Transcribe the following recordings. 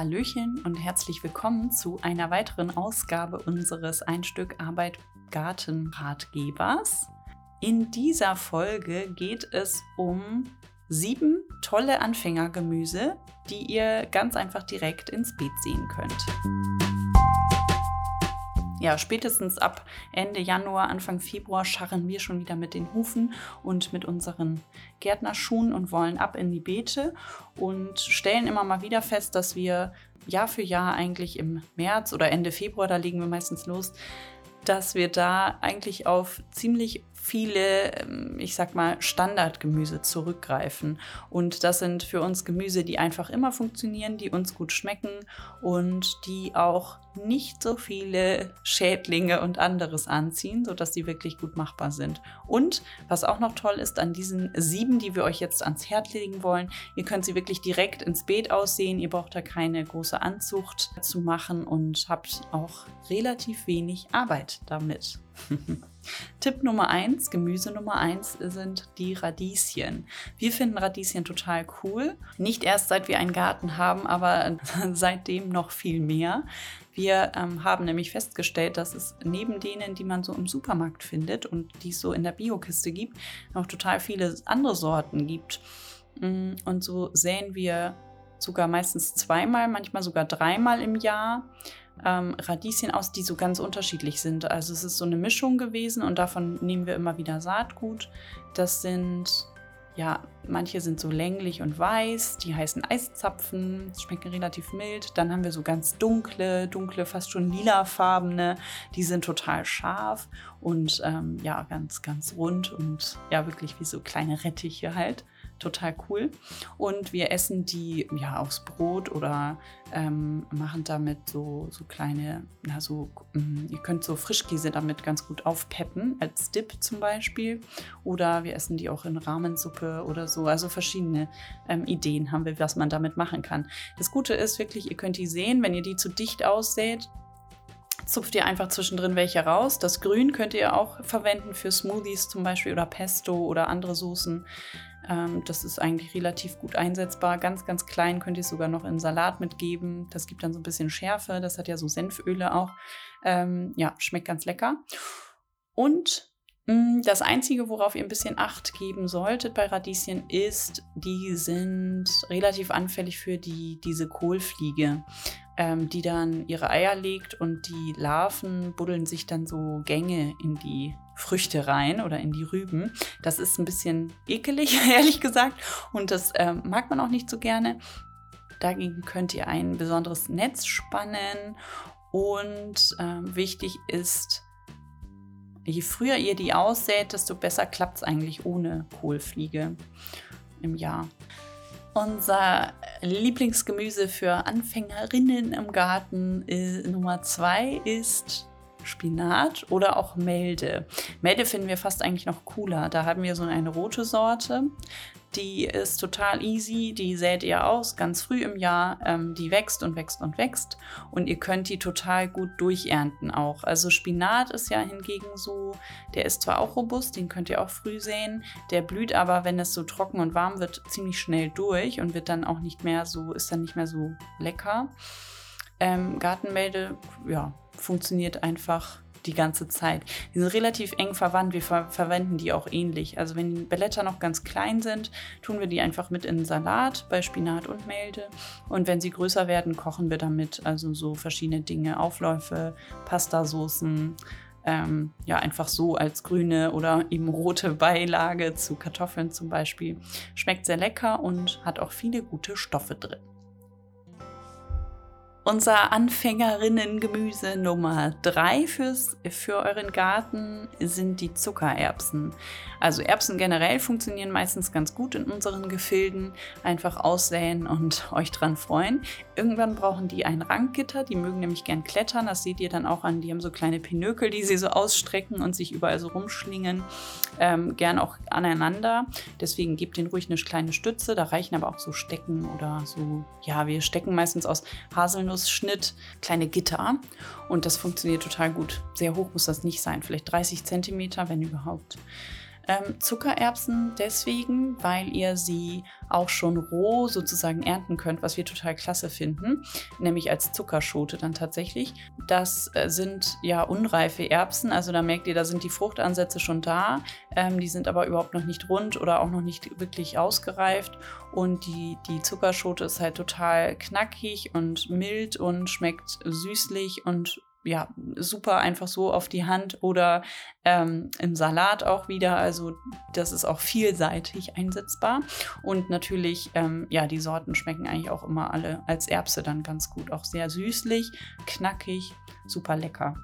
Hallöchen und herzlich willkommen zu einer weiteren Ausgabe unseres Ein Stück Arbeit Garten Ratgebers. In dieser Folge geht es um 7 tolle Anfängergemüse, die ihr ganz einfach direkt ins Beet sehen könnt. Ja, spätestens ab Ende Januar, Anfang Februar scharren wir schon wieder mit den Hufen und mit unseren Gärtnerschuhen und wollen ab in die Beete und stellen immer mal wieder fest, dass wir Jahr für Jahr eigentlich im März oder Ende Februar, da legen wir meistens los, dass wir da eigentlich auf ziemlich viele, ich sag mal, Standardgemüse zurückgreifen. Und das sind für uns Gemüse, die einfach immer funktionieren, die uns gut schmecken und die auch nicht so viele Schädlinge und anderes anziehen, sodass sie wirklich gut machbar sind. Und was auch noch toll ist an diesen 7, die wir euch jetzt ans Herz legen wollen, ihr könnt sie wirklich direkt ins Beet aussehen. Ihr braucht da keine große Anzucht zu machen und habt auch relativ wenig Arbeit damit. Tipp Nummer 1, Gemüse Nummer 1 sind die Radieschen. Wir finden Radieschen total cool. Nicht erst seit wir einen Garten haben, aber seitdem noch viel mehr. Wir haben nämlich festgestellt, dass es neben denen, die man so im Supermarkt findet und die es so in der Biokiste gibt, noch total viele andere Sorten gibt. Und so säen wir sogar meistens 2-mal, manchmal sogar 3-mal im Jahr Radieschen aus, die so ganz unterschiedlich sind. Also es ist so eine Mischung gewesen und davon nehmen wir immer wieder Saatgut. Das sind, ja, manche sind so länglich und weiß, die heißen Eiszapfen, schmecken relativ mild. Dann haben wir so ganz dunkle, fast schon lilafarbene, die sind total scharf und ja, ganz rund und ja, wirklich wie so kleine Rettiche halt. Total cool. Und wir essen die ja aufs Brot oder machen damit so kleine, ihr könnt so Frischkäse damit ganz gut aufpeppen, als Dip zum Beispiel. Oder wir essen die auch in Rahmensuppe oder so. Also verschiedene Ideen haben wir, was man damit machen kann. Das Gute ist wirklich, ihr könnt die sehen, wenn ihr die zu dicht aussät, zupft ihr einfach zwischendrin welche raus. Das Grün könnt ihr auch verwenden für Smoothies zum Beispiel oder Pesto oder andere Soßen. Das ist eigentlich relativ gut einsetzbar. Ganz klein könnt ihr es sogar noch in Salat mitgeben. Das gibt dann so ein bisschen Schärfe. Das hat ja so Senföle auch. Ja, schmeckt ganz lecker. Und das Einzige, worauf ihr ein bisschen Acht geben solltet bei Radieschen, ist, die sind relativ anfällig für diese Kohlfliege, die dann ihre Eier legt und die Larven buddeln sich dann so Gänge in die Früchte rein oder in die Rüben. Das ist ein bisschen ekelig, ehrlich gesagt, und das mag man auch nicht so gerne. Dagegen könnt ihr ein besonderes Netz spannen und wichtig ist, je früher ihr die aussät, desto besser klappt es eigentlich ohne Kohlfliege im Jahr. Unser Lieblingsgemüse für Anfängerinnen im Garten Nummer 2 ist Spinat oder auch Melde. Melde finden wir fast eigentlich noch cooler. Da haben wir so eine rote Sorte. Die ist total easy, die sät ihr aus, ganz früh im Jahr. Die wächst und wächst und wächst und ihr könnt die total gut durchernten auch. Also Spinat ist ja hingegen so, der ist zwar auch robust, den könnt ihr auch früh säen, der blüht aber, wenn es so trocken und warm wird, ziemlich schnell durch und wird dann auch nicht mehr so, ist dann nicht mehr so lecker. Gartenmelde, ja, funktioniert einfach die ganze Zeit. Die sind relativ eng verwandt, wir verwenden die auch ähnlich. Also wenn die Blätter noch ganz klein sind, tun wir die einfach mit in den Salat bei Spinat und Melde. Und wenn sie größer werden, kochen wir damit. Also so verschiedene Dinge, Aufläufe, Pastasoßen, ja, einfach so als grüne oder eben rote Beilage zu Kartoffeln zum Beispiel. Schmeckt sehr lecker und hat auch viele gute Stoffe drin. Unser Anfängerinnen-Gemüse Nummer 3 für euren Garten sind die Zuckererbsen. Also Erbsen generell funktionieren meistens ganz gut in unseren Gefilden. Einfach aussäen und euch dran freuen. Irgendwann brauchen die ein Ranggitter, die mögen nämlich gern klettern. Das seht ihr dann auch an, die haben so kleine Pinökel, die sie so ausstrecken und sich überall so rumschlingen. Gern auch aneinander. Deswegen gebt denen ruhig eine kleine Stütze. Da reichen aber auch so Stecken oder so, ja, wir stecken meistens aus Haselnussschnitt kleine Gitter und das funktioniert total gut. Sehr hoch muss das nicht sein, vielleicht 30 cm, wenn überhaupt. Zuckererbsen deswegen, weil ihr sie auch schon roh sozusagen ernten könnt, was wir total klasse finden, nämlich als Zuckerschote dann tatsächlich. Das sind ja unreife Erbsen, also da merkt ihr, da sind die Fruchtansätze schon da, die sind aber überhaupt noch nicht rund oder auch noch nicht wirklich ausgereift und die Zuckerschote ist halt total knackig und mild und schmeckt süßlich und ja, super einfach so auf die Hand oder im Salat auch wieder. Also das ist auch vielseitig einsetzbar. Und natürlich, ja, die Sorten schmecken eigentlich auch immer alle als Erbse dann ganz gut. Auch sehr süßlich, knackig, super lecker.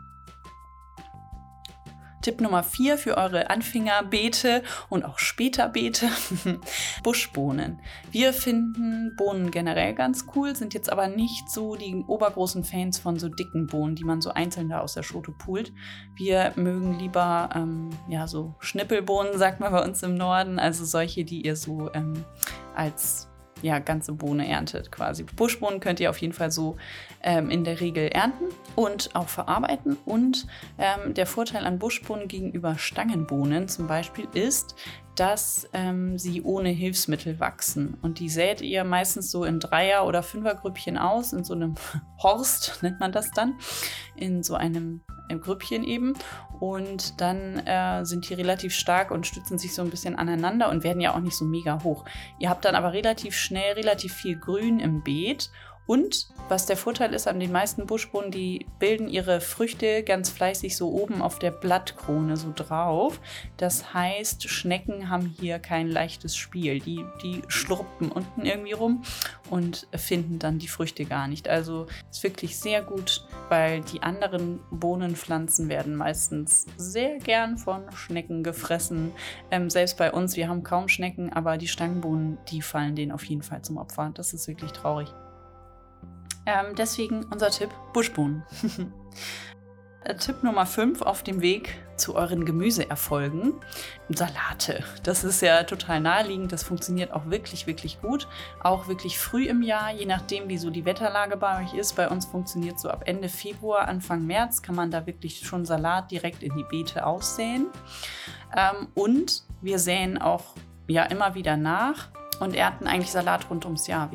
Tipp Nummer 4 für eure Anfängerbeete und auch später Beete, Buschbohnen. Wir finden Bohnen generell ganz cool, sind jetzt aber nicht so die obergroßen Fans von so dicken Bohnen, die man so einzeln da aus der Schote pult. Wir mögen lieber ja, so Schnippelbohnen, sagt man bei uns im Norden, also solche, die ihr so als ja, ganze Bohne erntet quasi. Buschbohnen könnt ihr auf jeden Fall so in der Regel ernten und auch verarbeiten. Und der Vorteil an Buschbohnen gegenüber Stangenbohnen zum Beispiel ist, dass sie ohne Hilfsmittel wachsen. Und die sät ihr meistens so in 3er- oder 5er-Grüppchen aus, in so einem Horst nennt man das dann, in so einem Grüppchen eben. Und dann sind die relativ stark und stützen sich so ein bisschen aneinander und werden ja auch nicht so mega hoch. Ihr habt dann aber relativ schnell relativ viel Grün im Beet. Und was der Vorteil ist an den meisten Buschbohnen, die bilden ihre Früchte ganz fleißig so oben auf der Blattkrone so drauf. Das heißt, Schnecken haben hier kein leichtes Spiel. Die schlurpen unten irgendwie rum und finden dann die Früchte gar nicht. Also ist wirklich sehr gut, weil die anderen Bohnenpflanzen werden meistens sehr gern von Schnecken gefressen. Selbst bei uns, wir haben kaum Schnecken, aber die Stangenbohnen, die fallen denen auf jeden Fall zum Opfer. Das ist wirklich traurig. Deswegen unser Tipp, Buschbohnen. Tipp Nummer 5 auf dem Weg zu euren Gemüseerfolgen. Salate. Das ist ja total naheliegend. Das funktioniert auch wirklich, wirklich gut. Auch wirklich früh im Jahr, je nachdem, wie so die Wetterlage bei euch ist. Bei uns funktioniert so ab Ende Februar, Anfang März kann man da wirklich schon Salat direkt in die Beete aussäen. Und wir säen auch ja immer wieder nach und ernten eigentlich Salat rund ums Jahr.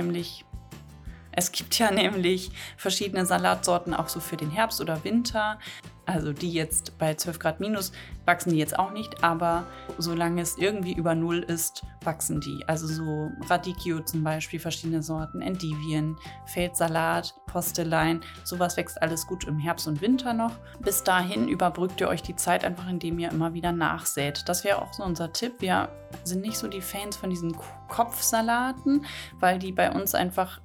Es gibt ja nämlich verschiedene Salatsorten auch so für den Herbst oder Winter. Also die jetzt bei 12 Grad minus wachsen die jetzt auch nicht, aber solange es irgendwie über 0 ist, wachsen die. Also so Radicchio zum Beispiel, verschiedene Sorten, Endivien, Feldsalat, Postelein, sowas wächst alles gut im Herbst und Winter noch. Bis dahin überbrückt ihr euch die Zeit einfach, indem ihr immer wieder nachsät. Das wäre auch so unser Tipp. Wir sind nicht so die Fans von diesen Kopfsalaten, weil die bei uns einfach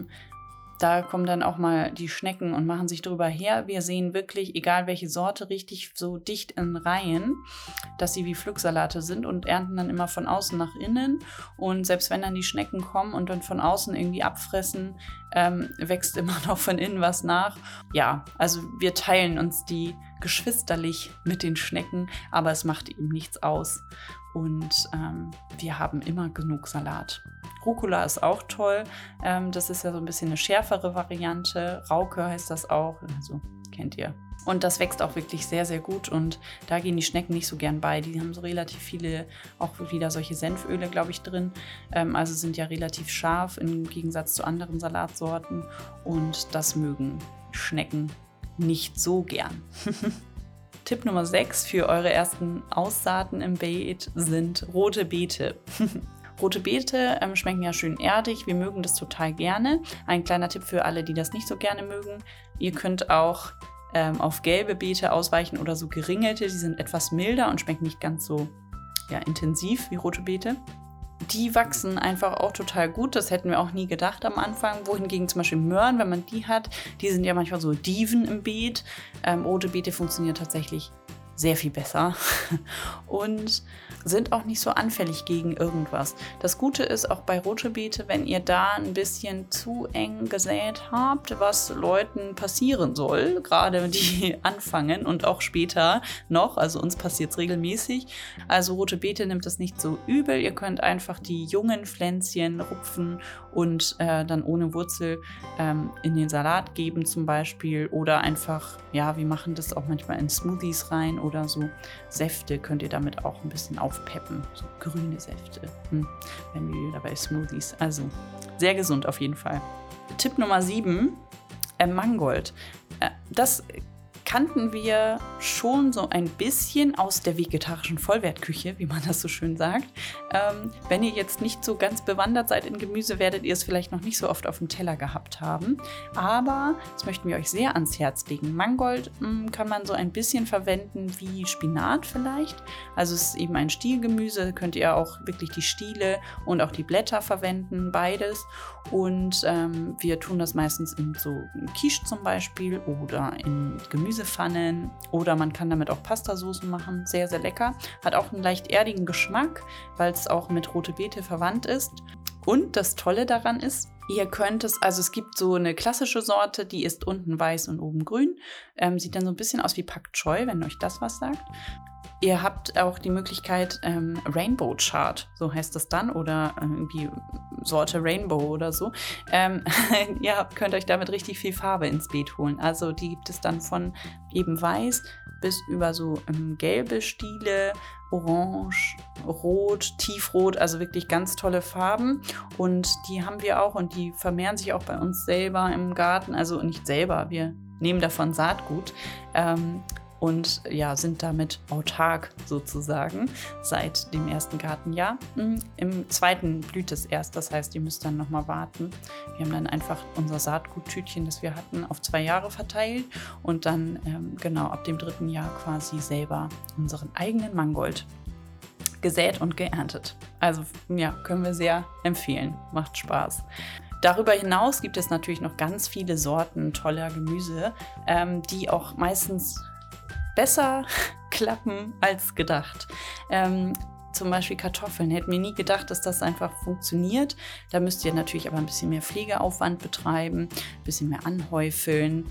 da kommen dann auch mal die Schnecken und machen sich drüber her. Wir sehen wirklich, egal welche Sorte, richtig so dicht in Reihen, dass sie wie Pflücksalate sind und ernten dann immer von außen nach innen. Und selbst wenn dann die Schnecken kommen und dann von außen irgendwie abfressen, wächst immer noch von innen was nach. Ja, also wir teilen uns die geschwisterlich mit den Schnecken, aber es macht eben nichts aus. Und wir haben immer genug Salat. Rucola ist auch toll. Das ist ja so ein bisschen eine schärfere Variante. Rauke heißt das auch. Also kennt ihr. Und das wächst auch wirklich sehr, sehr gut. Und da gehen die Schnecken nicht so gern bei. Die haben so relativ viele, auch wieder solche Senföle, glaube ich, drin. Also sind ja relativ scharf im Gegensatz zu anderen Salatsorten. Und das mögen Schnecken nicht so gern. Tipp Nummer 6 für eure ersten Aussaaten im Beet sind rote Beete. Rote Beete schmecken ja schön erdig, wir mögen das total gerne. Ein kleiner Tipp für alle, die das nicht so gerne mögen. Ihr könnt auch auf gelbe Beete ausweichen oder so geringelte, die sind etwas milder und schmecken nicht ganz so intensiv wie rote Beete. Die wachsen einfach auch total gut, das hätten wir auch nie gedacht am Anfang. Wohingegen zum Beispiel Möhren, wenn man die hat, die sind ja manchmal so Diven im Beet. Rote Beete funktionieren tatsächlich sehr viel besser und sind auch nicht so anfällig gegen irgendwas. Das Gute ist auch bei rote Beete, wenn ihr da ein bisschen zu eng gesät habt, was Leuten passieren soll, gerade die anfangen und auch später noch, also uns passiert es regelmäßig. Also rote Beete nimmt das nicht so übel. Ihr könnt einfach die jungen Pflänzchen rupfen und dann ohne Wurzel in den Salat geben zum Beispiel oder einfach, ja, wir machen das auch manchmal in Smoothies rein oder so Säfte könnt ihr damit auch ein bisschen aufpeppen. So grüne Säfte, wenn wir wieder bei Smoothies. Also sehr gesund auf jeden Fall. Tipp Nummer 7, Mangold. Das kannten wir schon so ein bisschen aus der vegetarischen Vollwertküche, wie man das so schön sagt. Wenn ihr jetzt nicht so ganz bewandert seid in Gemüse, werdet ihr es vielleicht noch nicht so oft auf dem Teller gehabt haben. Aber das möchten wir euch sehr ans Herz legen. Mangold kann man so ein bisschen verwenden wie Spinat vielleicht. Also es ist eben ein Stielgemüse, könnt ihr auch wirklich die Stiele und auch die Blätter verwenden, beides. Und wir tun das meistens in so Quiche zum Beispiel oder in Gemüsepfannen oder man kann damit auch Pastasoßen machen. Sehr, sehr lecker. Hat auch einen leicht erdigen Geschmack, weil es auch mit rote Beete verwandt ist. Und das Tolle daran ist, ihr könnt es, also es gibt so eine klassische Sorte, die ist unten weiß und oben grün. Sieht dann so ein bisschen aus wie Pak Choi, wenn euch das was sagt. Ihr habt auch die Möglichkeit, Rainbow Chard, so heißt das dann, oder irgendwie Sorte Rainbow oder so. Ihr könnt euch damit richtig viel Farbe ins Beet holen. Also die gibt es dann von eben weiß bis über so gelbe Stiele, orange, rot, tiefrot, also wirklich ganz tolle Farben. Und die haben wir auch und die vermehren sich auch bei uns selber im Garten. Also nicht selber, wir nehmen davon Saatgut. Und ja, sind damit autark sozusagen seit dem ersten Gartenjahr. Im zweiten blüht es erst, das heißt, ihr müsst dann nochmal warten. Wir haben dann einfach unser Saatguttütchen, das wir hatten, auf 2 Jahre verteilt und dann ab dem 3. Jahr quasi selber unseren eigenen Mangold gesät und geerntet. Also ja, können wir sehr empfehlen, macht Spaß. Darüber hinaus gibt es natürlich noch ganz viele Sorten toller Gemüse, die auch meistens besser klappen als gedacht. Zum Beispiel Kartoffeln. Hätten wir nie gedacht, dass das einfach funktioniert. Da müsst ihr natürlich aber ein bisschen mehr Pflegeaufwand betreiben, ein bisschen mehr anhäufeln.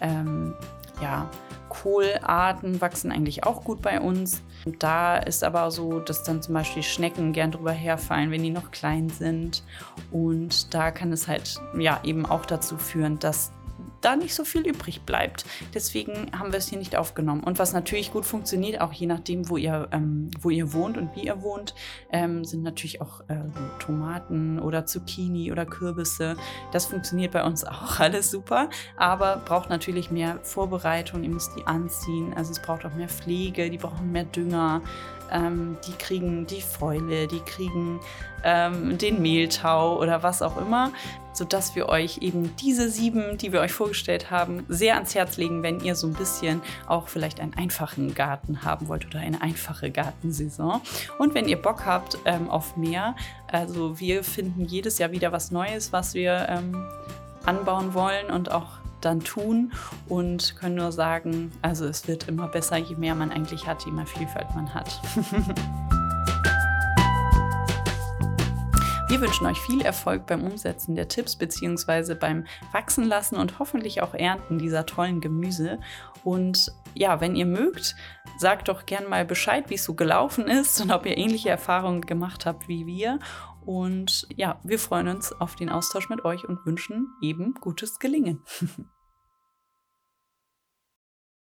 Kohlarten wachsen eigentlich auch gut bei uns. Und da ist aber so, dass dann zum Beispiel Schnecken gern drüber herfallen, wenn die noch klein sind. Und da kann es halt eben auch dazu führen, dass da nicht so viel übrig bleibt. Deswegen haben wir es hier nicht aufgenommen. Und was natürlich gut funktioniert, auch je nachdem, wo ihr wohnt und wie ihr wohnt, sind natürlich auch Tomaten oder Zucchini oder Kürbisse. Das funktioniert bei uns auch alles super, aber braucht natürlich mehr Vorbereitung. Ihr müsst die anziehen. Also es braucht auch mehr Pflege, die brauchen mehr Dünger. Die kriegen die Fäule, die kriegen den Mehltau oder was auch immer, sodass wir euch eben diese 7, die wir euch vorgestellt haben, sehr ans Herz legen, wenn ihr so ein bisschen auch vielleicht einen einfachen Garten haben wollt oder eine einfache Gartensaison. Und wenn ihr Bock habt auf mehr, also wir finden jedes Jahr wieder was Neues, was wir anbauen wollen und auch dann tun und können nur sagen, also es wird immer besser, je mehr man eigentlich hat, je mehr Vielfalt man hat. Wir wünschen euch viel Erfolg beim Umsetzen der Tipps bzw. beim Wachsen lassen und hoffentlich auch Ernten dieser tollen Gemüse. Und ja, wenn ihr mögt, sagt doch gern mal Bescheid, wie es so gelaufen ist und ob ihr ähnliche Erfahrungen gemacht habt wie wir. Und ja, wir freuen uns auf den Austausch mit euch und wünschen eben gutes Gelingen.